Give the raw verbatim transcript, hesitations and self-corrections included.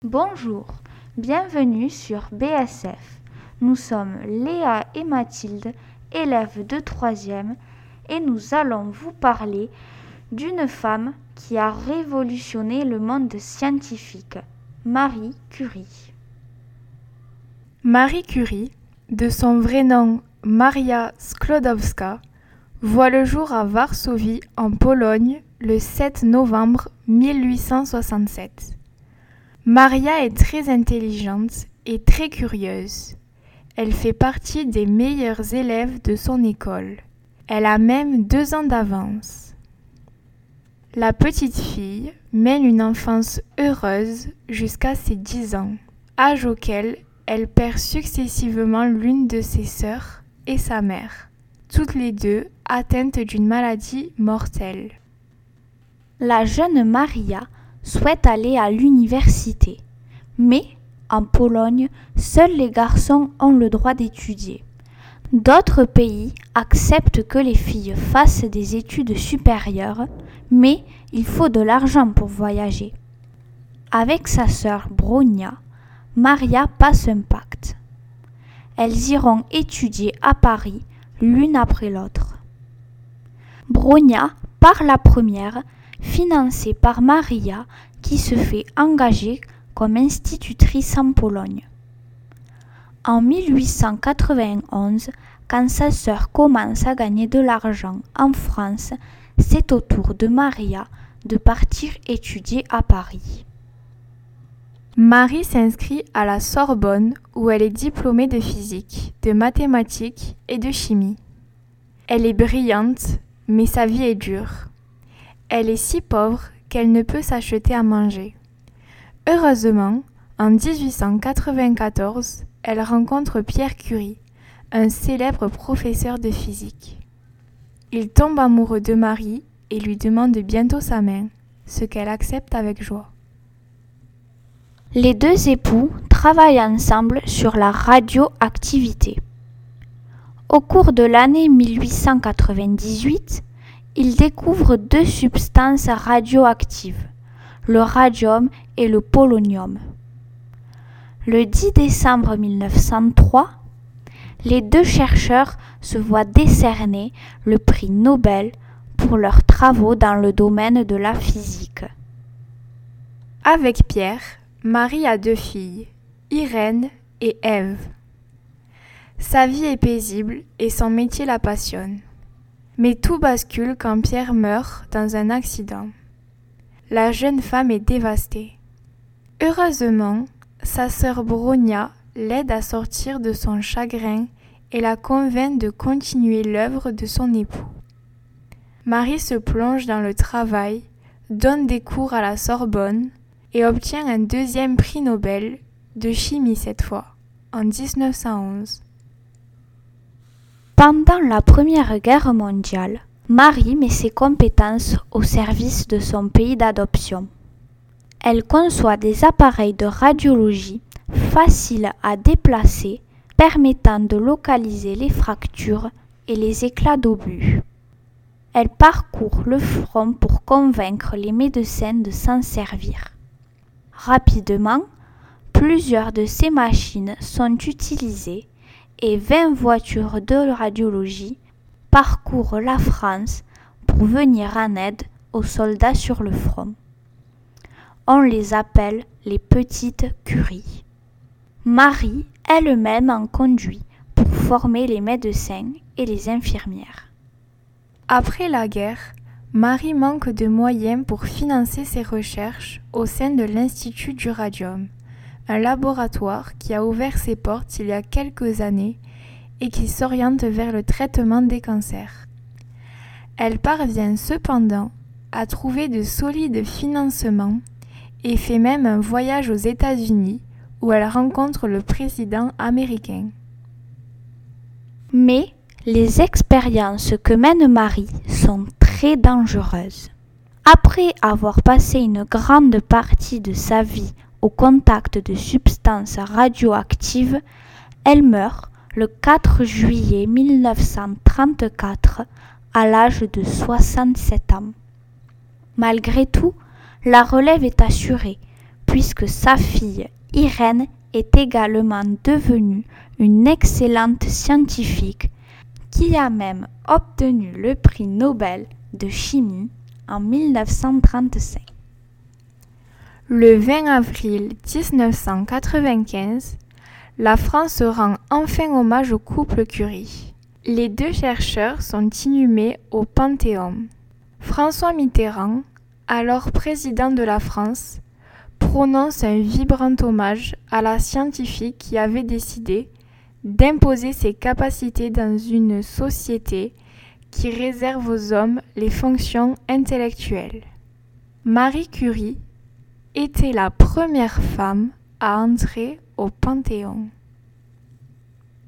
Bonjour, bienvenue sur B S F. Nous sommes Léa et Mathilde, élèves de troisième, et nous allons vous parler d'une femme qui a révolutionné le monde scientifique, Marie Curie. Marie Curie, de son vrai nom Maria Sklodowska, voit le jour à Varsovie, en Pologne, le sept novembre mille huit cent soixante-sept. Maria est très intelligente et très curieuse. Elle fait partie des meilleurs élèves de son école. Elle a même deux ans d'avance. La petite fille mène une enfance heureuse jusqu'à ses dix ans, âge auquel elle perd successivement l'une de ses sœurs et sa mère, toutes les deux atteintes d'une maladie mortelle. La jeune Maria souhaite aller à l'université, mais en Pologne, seuls les garçons ont le droit d'étudier. D'autres pays acceptent que les filles fassent des études supérieures, mais il faut de l'argent pour voyager. Avec sa sœur Bronia, Maria passe un pacte. Elles iront étudier à Paris l'une après l'autre. Bronia part la première, financée par Maria qui se fait engager comme institutrice en Pologne. En mille huit cent quatre-vingt-onze, quand sa sœur commence à gagner de l'argent en France, c'est au tour de Maria de partir étudier à Paris. Marie s'inscrit à la Sorbonne où elle est diplômée de physique, de mathématiques et de chimie. Elle est brillante, mais sa vie est dure. Elle est si pauvre qu'elle ne peut s'acheter à manger. Heureusement, en dix-huit cent quatre-vingt-quatorze, elle rencontre Pierre Curie, un célèbre professeur de physique. Il tombe amoureux de Marie et lui demande bientôt sa main, ce qu'elle accepte avec joie. Les deux époux travaillent ensemble sur la radioactivité. Au cours de l'année mille huit cent quatre-vingt-dix-huit, ils découvrent deux substances radioactives, le radium et le polonium. Le dix décembre mille neuf cent trois, les deux chercheurs se voient décerner le prix Nobel pour leurs travaux dans le domaine de la physique. Avec Pierre, Marie a deux filles, Irène et Ève. Sa vie est paisible et son métier la passionne. Mais tout bascule quand Pierre meurt dans un accident. La jeune femme est dévastée. Heureusement, sa sœur Bronia l'aide à sortir de son chagrin et la convainc de continuer l'œuvre de son époux. Marie se plonge dans le travail, donne des cours à la Sorbonne et obtient un deuxième prix Nobel, de chimie cette fois, en dix-neuf cent onze. Pendant la Première Guerre mondiale, Marie met ses compétences au service de son pays d'adoption. Elle conçoit des appareils de radiologie faciles à déplacer, permettant de localiser les fractures et les éclats d'obus. Elle parcourt le front pour convaincre les médecins de s'en servir. Rapidement, plusieurs de ces machines sont utilisées et vingt voitures de radiologie parcourent la France pour venir en aide aux soldats sur le front. On les appelle les petites Curie. Marie elle-même en conduit pour former les médecins et les infirmières. Après la guerre, Marie manque de moyens pour financer ses recherches au sein de l'Institut du Radium, un laboratoire qui a ouvert ses portes il y a quelques années et qui s'oriente vers le traitement des cancers. Elle parvient cependant à trouver de solides financements et fait même un voyage aux États-Unis où elle rencontre le président américain. Mais les expériences que mène Marie sont très dangereuses. Après avoir passé une grande partie de sa vie au contact de substances radioactives, elle meurt le quatre juillet mille neuf cent trente-quatre à l'âge de soixante-sept ans. Malgré tout, la relève est assurée, puisque sa fille Irène est également devenue une excellente scientifique qui a même obtenu le prix Nobel de chimie en mille neuf cent trente-cinq. Le vingt avril dix-neuf cent quatre-vingt-quinze, la France rend enfin hommage au couple Curie. Les deux chercheurs sont inhumés au Panthéon. François Mitterrand, alors président de la France, prononce un vibrant hommage à la scientifique qui avait décidé d'imposer ses capacités dans une société qui réserve aux hommes les fonctions intellectuelles. Marie Curie était la première femme à entrer au Panthéon.